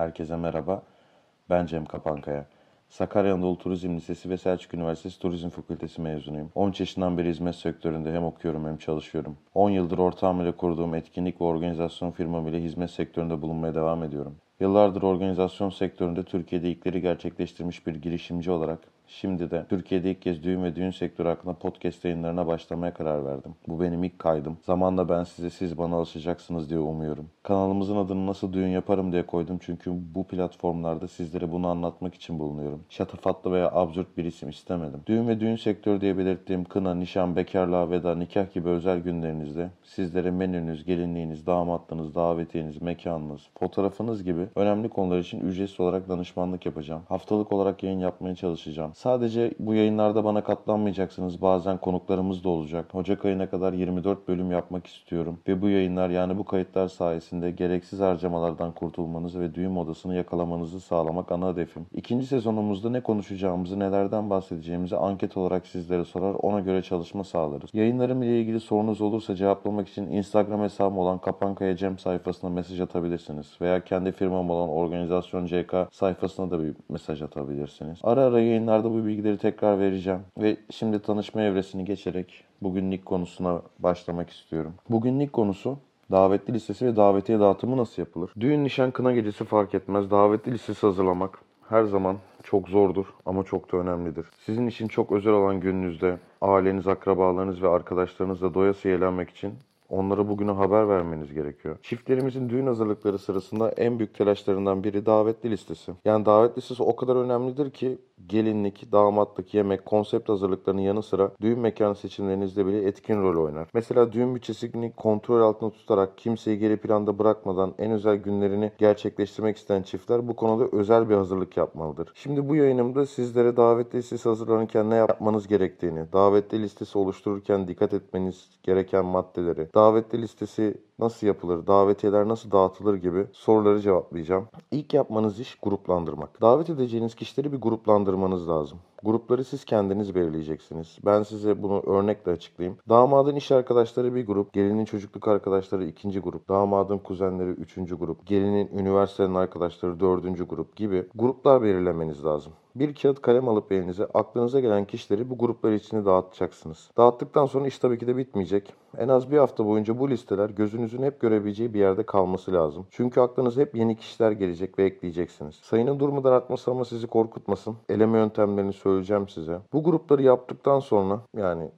Herkese merhaba. Ben Cem Kapankaya. Sakarya Anadolu Turizm Lisesi ve Selçuk Üniversitesi Turizm Fakültesi mezunuyum. 13 yaşından beri hizmet sektöründe hem okuyorum hem çalışıyorum. 10 yıldır ortağım ile kurduğum etkinlik ve organizasyon firmam ile hizmet sektöründe bulunmaya devam ediyorum. Yıllardır organizasyon sektöründe Türkiye'de ilkleri gerçekleştirmiş bir girişimci olarak şimdi de Türkiye'de ilk kez düğün ve düğün sektörü hakkında podcast yayınlarına başlamaya karar verdim. Bu benim ilk kaydım. Zamanla ben size, siz bana alışacaksınız diye umuyorum. Kanalımızın adını nasıl düğün yaparım diye koydum çünkü bu platformlarda sizlere bunu anlatmak için bulunuyorum. Şatafatlı veya absürt bir isim istemedim. Düğün ve düğün sektörü diye belirttiğim kına, nişan, bekarlığa veda, nikah gibi özel günlerinizde sizlere menünüz, gelinliğiniz, damatlığınız, davetiyeniz, mekanınız, fotoğrafınız gibi önemli konular için ücretsiz olarak danışmanlık yapacağım. Haftalık olarak yayın yapmaya çalışacağım. Sadece bu yayınlarda bana katlanmayacaksınız. Bazen konuklarımız da olacak. Ocak ayına kadar 24 bölüm yapmak istiyorum. Ve bu yayınlar, yani bu kayıtlar sayesinde gereksiz harcamalardan kurtulmanızı ve düğün modasını yakalamanızı sağlamak ana hedefim. İkinci sezonumuzda ne konuşacağımızı, nelerden bahsedeceğimizi anket olarak sizlere sorar, ona göre çalışma sağlarız. Yayınlarım ile ilgili sorunuz olursa cevaplamak için Instagram hesabım olan Kapankaya Cem sayfasına mesaj atabilirsiniz. Veya kendi firmam olan Organizasyon CK sayfasına da bir mesaj atabilirsiniz. Ara ara yayınlarda bu bilgileri tekrar vereceğim. Ve şimdi tanışma evresini geçerek bugünlük konusuna başlamak istiyorum. Bugünlük konusu davetli listesi ve davetiye dağıtımı nasıl yapılır? Düğün, nişan, kına gecesi fark etmez. Davetli listesi hazırlamak her zaman çok zordur ama çok da önemlidir. Sizin için çok özel olan gününüzde aileniz, akrabalarınız ve arkadaşlarınızla doyasıya eğlenmek için onlara bugüne haber vermeniz gerekiyor. Çiftlerimizin düğün hazırlıkları sırasında en büyük telaşlarından biri davetli listesi. Yani davet listesi o kadar önemlidir ki gelinlik, damatlık, yemek, konsept hazırlıklarının yanı sıra düğün mekanı seçimlerinizde bile etkin rol oynar. Mesela düğün bütçesini kontrol altında tutarak kimseyi geri planda bırakmadan en özel günlerini gerçekleştirmek isteyen çiftler bu konuda özel bir hazırlık yapmalıdır. Şimdi bu yayınımda sizlere davetli listesi hazırlanırken ne yapmanız gerektiğini, davetli listesi oluştururken dikkat etmeniz gereken maddeleri, davetli listesi nasıl yapılır, davetiyeler nasıl dağıtılır gibi soruları cevaplayacağım. İlk yapmanız iş gruplandırmak. Davet edeceğiniz kişileri bir gruplandırmanız lazım. Grupları siz kendiniz belirleyeceksiniz. Ben size bunu örnekle açıklayayım. Damadın iş arkadaşları bir grup, gelinin çocukluk arkadaşları ikinci grup, damadın kuzenleri üçüncü grup, gelinin üniversiteden arkadaşları dördüncü grup gibi gruplar belirlemeniz lazım. Bir kağıt kalem alıp elinize aklınıza gelen kişileri bu gruplar içine dağıtacaksınız. Dağıttıktan sonra iş tabii ki de bitmeyecek. En az bir hafta boyunca bu listeler gözünüzün hep görebileceği bir yerde kalması lazım. Çünkü aklınıza hep yeni kişiler gelecek ve ekleyeceksiniz. Sayının durmadan artması ama sizi korkutmasın. Eleme yöntemlerini söyleyeceğim size. Bu grupları yaptıktan sonra yani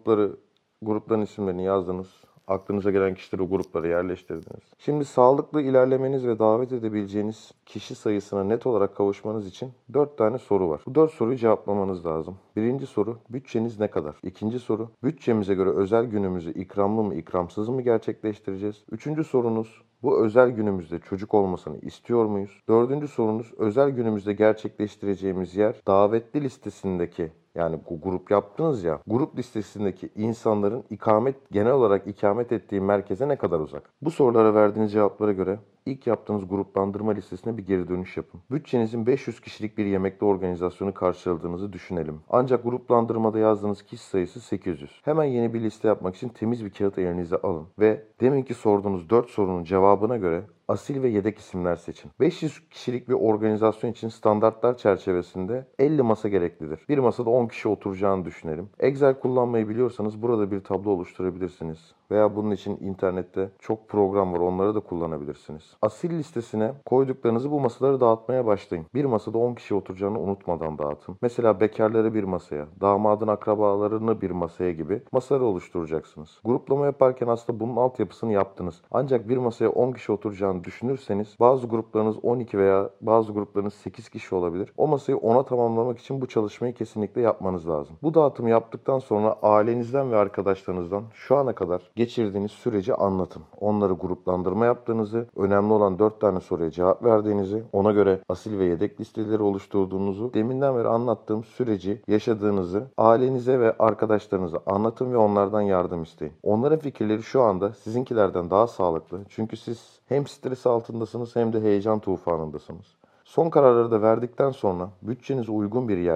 grupların isimlerini yazdınız. Aklınıza gelen kişileri o gruplara yerleştirdiniz. Şimdi sağlıklı ilerlemeniz ve davet edebileceğiniz kişi sayısına net olarak kavuşmanız için 4 tane soru var. Bu 4 soruyu cevaplamanız lazım. Birinci soru, bütçeniz ne kadar? İkinci soru, bütçemize göre özel günümüzü ikramlı mı ikramsız mı gerçekleştireceğiz? Üçüncü sorunuz, bu özel günümüzde çocuk olmasını istiyor muyuz? Dördüncü sorunuz, özel günümüzde gerçekleştireceğimiz yer davetli listesindeki, yani bu grup yaptınız ya, grup listesindeki insanların genel olarak ikamet ettiği merkeze ne kadar uzak? Bu sorulara verdiğiniz cevaplara göre ilk yaptığınız gruplandırma listesine bir geri dönüş yapın. Bütçenizin 500 kişilik bir yemekli organizasyonu karşıladığınızı düşünelim. Ancak gruplandırmada yazdığınız kişi sayısı 800. Hemen yeni bir liste yapmak için temiz bir kağıt elinize alın ve deminki sorduğunuz 4 sorunun cevabına göre asil ve yedek isimler seçin. 500 kişilik bir organizasyon için standartlar çerçevesinde 50 masa gereklidir. Bir masada 10 kişi oturacağını düşünelim. Excel kullanmayı biliyorsanız burada bir tablo oluşturabilirsiniz. Veya bunun için internette çok program var, onları da kullanabilirsiniz. Asil listesine koyduklarınızı bu masaları dağıtmaya başlayın. Bir masada 10 kişi oturacağını unutmadan dağıtın. Mesela bekarları bir masaya, damadın akrabalarını bir masaya gibi masalar oluşturacaksınız. Gruplama yaparken aslında bunun altyapısını yaptınız. Ancak bir masaya 10 kişi oturacağını düşünürseniz bazı gruplarınız 12 veya bazı gruplarınız 8 kişi olabilir. O masayı 10'a tamamlamak için bu çalışmayı kesinlikle yapmanız lazım. Bu dağıtımı yaptıktan sonra ailenizden ve arkadaşlarınızdan şu ana kadar geçirdiğiniz süreci anlatın. Onları gruplandırma yaptığınızı, önemli olan 4 tane soruya cevap verdiğinizi, ona göre asil ve yedek listeleri oluşturduğunuzu, deminden beri anlattığım süreci yaşadığınızı ailenize ve arkadaşlarınıza anlatın ve onlardan yardım isteyin. Onların fikirleri şu anda sizinkilerden daha sağlıklı. Çünkü siz hem stres altındasınız hem de heyecan tufanındasınız. Son kararları da verdikten sonra bütçenize uygun bir yerde,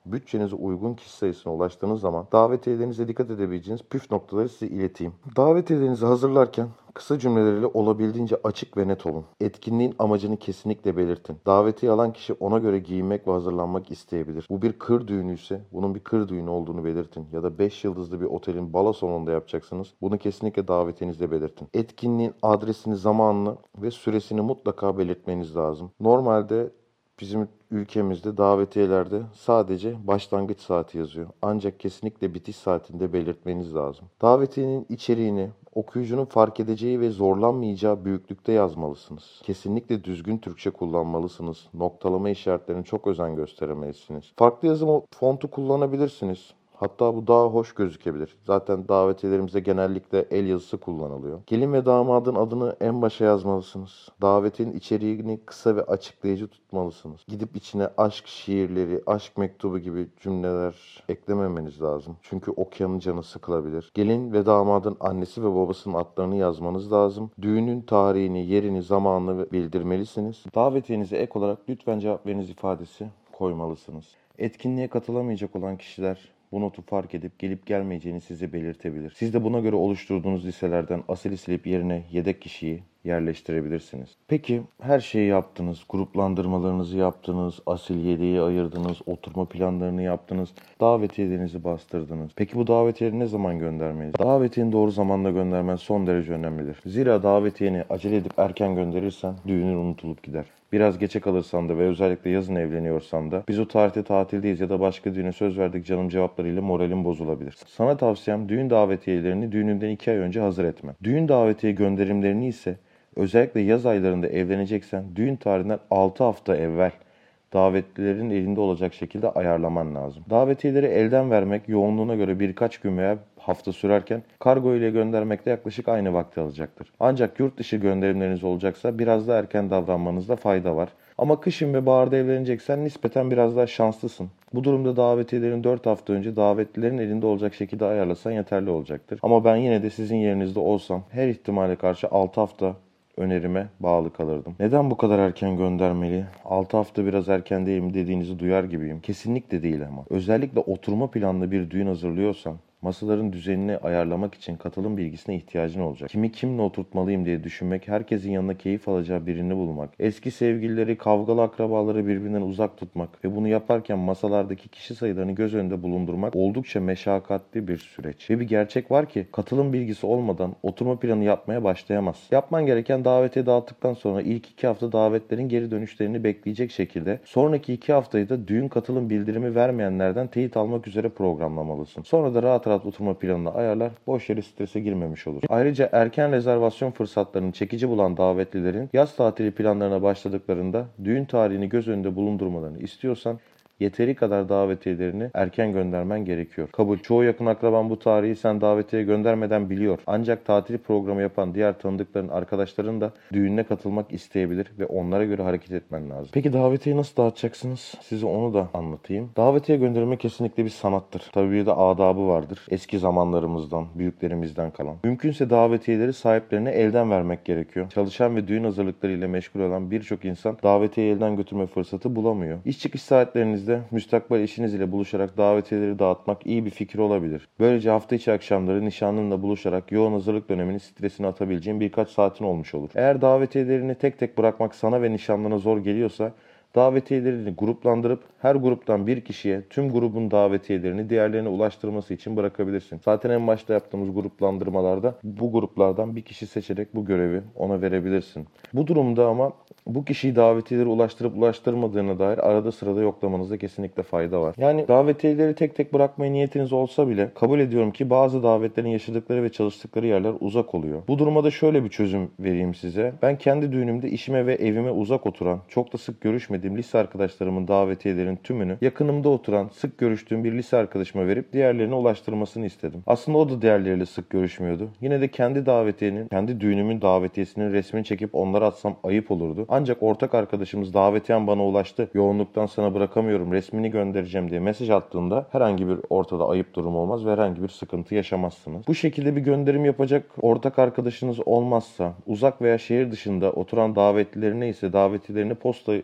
bütçenize uygun kişi sayısına ulaştığınız zaman davetiyelerinize dikkat edebileceğiniz püf noktaları size ileteyim. Davetiyelerinizi hazırlarken kısa cümleleriyle olabildiğince açık ve net olun. Etkinliğin amacını kesinlikle belirtin. Davetiye alan kişi ona göre giyinmek ve hazırlanmak isteyebilir. Bu bir kır düğünü ise bunun bir kır düğünü olduğunu belirtin. Ya da 5 yıldızlı bir otelin balo salonunda yapacaksınız. Bunu kesinlikle davetiyenizde belirtin. Etkinliğin adresini, zamanını ve süresini mutlaka belirtmeniz lazım. Normalde bizim ülkemizde davetiyelerde sadece başlangıç saati yazıyor. Ancak kesinlikle bitiş saatinde belirtmeniz lazım. Davetiyenin içeriğini okuyucunun fark edeceği ve zorlanmayacağı büyüklükte yazmalısınız. Kesinlikle düzgün Türkçe kullanmalısınız. Noktalama işaretlerine çok özen göstermelisiniz. Farklı yazım fontu kullanabilirsiniz. Hatta bu daha hoş gözükebilir. Zaten davetiyelerimizde genellikle el yazısı kullanılıyor. Gelin ve damadın adını en başa yazmalısınız. Davetin içeriğini kısa ve açıklayıcı tutmalısınız. Gidip içine aşk şiirleri, aşk mektubu gibi cümleler eklememeniz lazım. Çünkü okuyanın canı sıkılabilir. Gelin ve damadın annesi ve babasının adlarını yazmanız lazım. Düğünün tarihini, yerini, zamanını bildirmelisiniz. Davetiyenize ek olarak lütfen cevap veriniz ifadesi koymalısınız. Etkinliğe katılamayacak olan kişiler bu notu fark edip gelip gelmeyeceğini size belirtebilir. Siz de buna göre oluşturduğunuz listelerden asili silip yerine yedek kişiyi yerleştirebilirsiniz. Peki her şeyi yaptınız, gruplandırmalarınızı yaptınız, asil yedeği ayırdınız, oturma planlarını yaptınız, davetiyelerinizi bastırdınız. Peki bu davetiyeleri ne zaman göndermeliyiz? Davetiyeni doğru zamanda göndermen son derece önemlidir. Zira davetiyeni acele edip erken gönderirsen düğünün unutulup gider. Biraz geçe kalırsan da ve özellikle yazın evleniyorsan da biz o tarihte tatildeyiz ya da başka düğüne söz verdik canım cevaplarıyla moralin bozulabilir. Sana tavsiyem düğün davetiyelerini düğününden 2 ay önce hazır etme. Düğün davetiye gönderimlerini ise özellikle yaz aylarında evleneceksen düğün tarihinden 6 hafta evvel davetlilerin elinde olacak şekilde ayarlaman lazım. Davetiyeleri elden vermek yoğunluğuna göre birkaç gün veya hafta sürerken kargo ile göndermekte yaklaşık aynı vakti alacaktır. Ancak yurt dışı gönderimleriniz olacaksa biraz daha erken davranmanızda fayda var. Ama kışın ve baharda evleneceksen nispeten biraz daha şanslısın. Bu durumda davetiyelerin 4 hafta önce davetlilerin elinde olacak şekilde ayarlasan yeterli olacaktır. Ama ben yine de sizin yerinizde olsam her ihtimale karşı 6 hafta önerime bağlı kalırdım. Neden bu kadar erken göndermeli? 6 hafta biraz erken değil mi dediğinizi duyar gibiyim. Kesinlikle değil ama. Özellikle oturma planlı bir düğün hazırlıyorsan masaların düzenini ayarlamak için katılım bilgisine ihtiyacın olacak. Kimi kimle oturtmalıyım diye düşünmek, herkesin yanına keyif alacağı birini bulmak, eski sevgilileri, kavgalı akrabaları birbirinden uzak tutmak ve bunu yaparken masalardaki kişi sayılarını göz önünde bulundurmak oldukça meşakkatli bir süreç. Ve bir gerçek var ki katılım bilgisi olmadan oturma planı yapmaya başlayamaz. Yapman gereken davetiye dağıttıktan sonra ilk 2 hafta davetlerin geri dönüşlerini bekleyecek şekilde sonraki 2 haftayı da düğün katılım bildirimi vermeyenlerden teyit almak üzere programlamalısın. Sonra da rahat rahat oturma planını ayarlar, boş yere strese girmemiş olur. Ayrıca erken rezervasyon fırsatlarını çekici bulan davetlilerin yaz tatili planlarına başladıklarında düğün tarihini göz önünde bulundurmalarını istiyorsan yeteri kadar davetiyelerini erken göndermen gerekiyor. Kabul. Çoğu yakın akraban bu tarihi sen davetiye göndermeden biliyor. Ancak tatil programı yapan diğer tanıdıkların, arkadaşların da düğününe katılmak isteyebilir ve onlara göre hareket etmen lazım. Peki davetiyeyi nasıl dağıtacaksınız? Size onu da anlatayım. Davetiye gönderme kesinlikle bir sanattır. Tabii bir de adabı vardır. Eski zamanlarımızdan, büyüklerimizden kalan. Mümkünse davetiyeleri sahiplerine elden vermek gerekiyor. Çalışan ve düğün hazırlıklarıyla meşgul olan birçok insan davetiyeyi elden götürme fırsatı bulamıyor. İş çıkış saatlerinizde müstakbel eşiniz ile buluşarak davetiyeleri dağıtmak iyi bir fikir olabilir. Böylece hafta içi akşamları nişanlınla buluşarak yoğun hazırlık döneminin stresini atabileceğin birkaç saatin olmuş olur. Eğer davetiyelerini tek tek bırakmak sana ve nişanlına zor geliyorsa davetiyelerini gruplandırıp her gruptan bir kişiye tüm grubun davetiyelerini diğerlerine ulaştırması için bırakabilirsin. Zaten en başta yaptığımız gruplandırmalarda bu gruplardan bir kişi seçerek bu görevi ona verebilirsin. Bu durumda ama bu kişiyi davetiyeleri ulaştırıp ulaştırmadığına dair arada sırada yoklamanızda kesinlikle fayda var. Yani davetiyeleri tek tek bırakmaya niyetiniz olsa bile kabul ediyorum ki bazı davetlerin yaşadıkları ve çalıştıkları yerler uzak oluyor. Bu duruma da şöyle bir çözüm vereyim size. Ben kendi düğünümde işime ve evime uzak oturan, çok da sık görüşmediğim lise arkadaşlarımın davetiyelerinin tümünü yakınımda oturan, sık görüştüğüm bir lise arkadaşıma verip diğerlerine ulaştırmasını istedim. Aslında o da diğerleriyle sık görüşmüyordu. Yine de kendi düğünümün davetiyesinin resmini çekip onlara atsam ayıp olurdu. Ancak ortak arkadaşımız davetiyen bana ulaştı, yoğunluktan sana bırakamıyorum, resmini göndereceğim diye mesaj attığında herhangi bir ortada ayıp durum olmaz ve herhangi bir sıkıntı yaşamazsınız. Bu şekilde bir gönderim yapacak ortak arkadaşınız olmazsa uzak veya şehir dışında oturan davetlilerine ise davetiyelerini posta yoluyla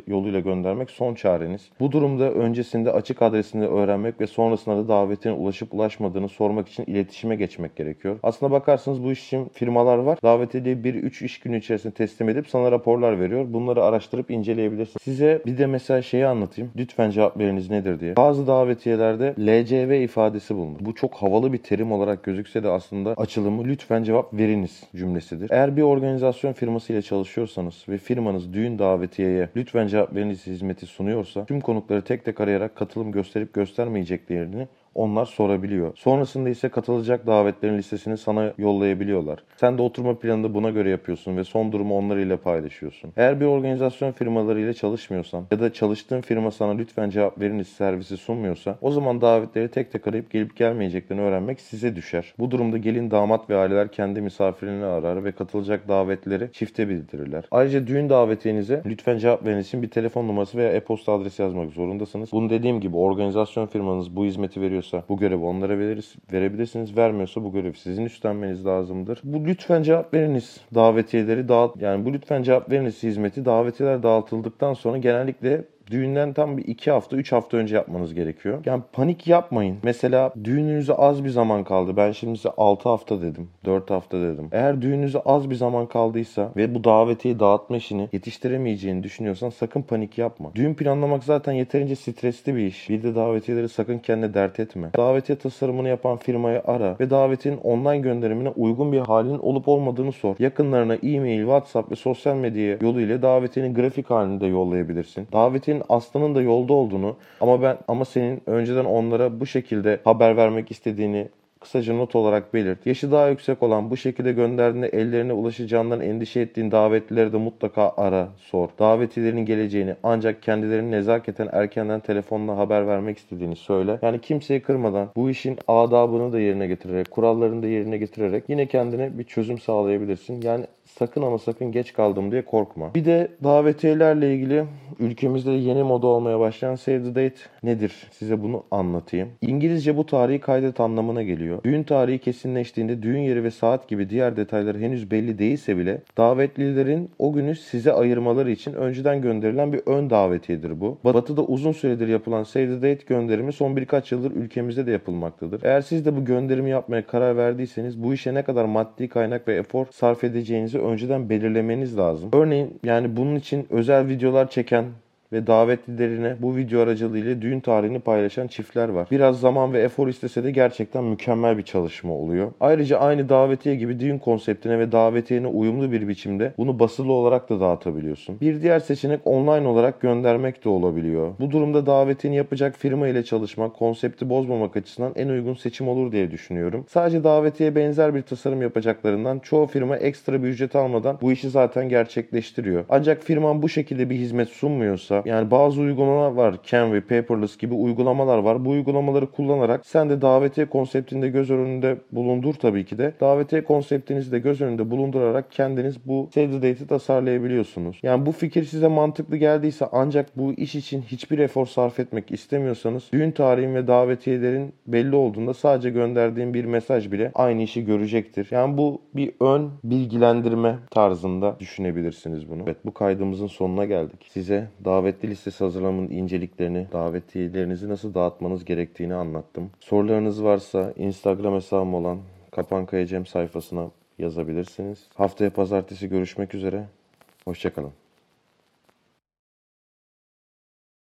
göndermek son çareniz. Bu durumda öncesinde açık adresini öğrenmek ve sonrasında da davetine ulaşıp ulaşmadığını sormak için iletişime geçmek gerekiyor. Aslına bakarsanız bu iş için firmalar var. Davetiyeyi 1-3 iş günü içerisinde teslim edip sana raporlar veriyor. Bunları araştırıp inceleyebilirsiniz. Size bir de mesela şeyi anlatayım. Lütfen cevap veriniz nedir diye. Bazı davetiyelerde LCV ifadesi bulunur. Bu çok havalı bir terim olarak gözükse de aslında açılımı lütfen cevap veriniz cümlesidir. Eğer bir organizasyon firması ile çalışıyorsanız ve firmanız düğün davetiyeye lütfen cevap veriniz hizmeti sunuyorsa tüm konukları tek tek arayarak katılım gösterip göstermeyeceklerini onlar sorabiliyor. Sonrasında ise katılacak davetlerin listesini sana yollayabiliyorlar. Sen de oturma planını buna göre yapıyorsun ve son durumu onlarıyla paylaşıyorsun. Eğer bir organizasyon firmalarıyla çalışmıyorsan ya da çalıştığın firma sana lütfen cevap veriniz servisi sunmuyorsa o zaman davetleri tek tek arayıp gelip gelmeyeceklerini öğrenmek size düşer. Bu durumda gelin, damat ve aileler kendi misafirlerini arar ve katılacak davetleri çifte bildirirler. Ayrıca düğün davetiyenize lütfen cevap veriniz için bir telefon numarası veya e-posta adresi yazmak zorundasınız. Bunu dediğim gibi organizasyon firmanız bu hizmeti veriyor, bu görevi onlara verebilirsiniz. Vermiyorsa bu görevi sizin üstlenmeniz lazımdır. Bu lütfen cevap veriniz davetiyeleri bu lütfen cevap veriniz hizmeti davetiyeler dağıtıldıktan sonra genellikle düğünden tam bir 2 hafta 3 hafta önce yapmanız gerekiyor. Yani panik yapmayın. Mesela düğününüze az bir zaman kaldı. Ben şimdi size 6 hafta dedim. 4 hafta dedim. Eğer düğününüze az bir zaman kaldıysa ve bu davetiyi dağıtma işini yetiştiremeyeceğini düşünüyorsan sakın panik yapma. Düğün planlamak zaten yeterince stresli bir iş. Bir de davetiyeleri sakın kendine dert etme. Davetiye tasarımını yapan firmayı ara ve davetinin online gönderimine uygun bir halinin olup olmadığını sor. Yakınlarına e-mail, WhatsApp ve sosyal medya yoluyla davetiyenin grafik halinde yollayabilirsin. Davetiyenin Aslı'nın da yolda olduğunu ama senin önceden onlara bu şekilde haber vermek istediğini kısaca not olarak belirt. Yaşı daha yüksek olan bu şekilde gönderdiğinde ellerine ulaşacağından endişe ettiğin davetlileri de mutlaka ara, sor. Davetlilerin geleceğini ancak kendilerinin nezaketen erkenden telefonla haber vermek istediğini söyle. Yani kimseyi kırmadan bu işin adabını da yerine getirerek, kurallarını da yerine getirerek yine kendine bir çözüm sağlayabilirsin. Yani sakın ama sakın geç kaldım diye korkma. Bir de davetiyelerle ilgili ülkemizde yeni moda olmaya başlayan Save the Date nedir? Size bunu anlatayım. İngilizce bu tarihi kaydet anlamına geliyor. Düğün tarihi kesinleştiğinde düğün yeri ve saat gibi diğer detayları henüz belli değilse bile davetlilerin o günü size ayırmaları için önceden gönderilen bir ön davetiyedir bu. Batı'da uzun süredir yapılan Save the Date gönderimi son birkaç yıldır ülkemizde de yapılmaktadır. Eğer siz de bu gönderimi yapmaya karar verdiyseniz bu işe ne kadar maddi kaynak ve efor sarf edeceğinizi önceden belirlemeniz lazım. Örneğin yani bunun için özel videolar çeken ve davetlilerine bu video aracılığıyla düğün tarihini paylaşan çiftler var. Biraz zaman ve efor istese de gerçekten mükemmel bir çalışma oluyor. Ayrıca aynı davetiye gibi düğün konseptine ve davetiyene uyumlu bir biçimde bunu basılı olarak da dağıtabiliyorsun. Bir diğer seçenek online olarak göndermek de olabiliyor. Bu durumda davetiyeni yapacak firma ile çalışmak konsepti bozmamak açısından en uygun seçim olur diye düşünüyorum. Sadece davetiye benzer bir tasarım yapacaklarından çoğu firma ekstra bir ücret almadan bu işi zaten gerçekleştiriyor. Ancak firman bu şekilde bir hizmet sunmuyorsa yani bazı uygulamalar var. Canva, Paperless gibi uygulamalar var. Bu uygulamaları kullanarak sen de davetiye konseptinde göz önünde bulundur tabii ki de. Davetiye konseptinizi de göz önünde bulundurarak kendiniz bu Save the Date'i tasarlayabiliyorsunuz. Yani bu fikir size mantıklı geldiyse ancak bu iş için hiçbir efor sarf etmek istemiyorsanız düğün tarihin ve davetiyelerin belli olduğunda sadece gönderdiğin bir mesaj bile aynı işi görecektir. Yani bu bir ön bilgilendirme tarzında düşünebilirsiniz bunu. Evet, bu kaydımızın sonuna geldik. Size davetli listesi hazırlamanın inceliklerini, davetiyelerinizi nasıl dağıtmanız gerektiğini anlattım. Sorularınız varsa Instagram hesabım olan Kapankaya Cem sayfasına yazabilirsiniz. Haftaya pazartesi görüşmek üzere. Hoşça kalın.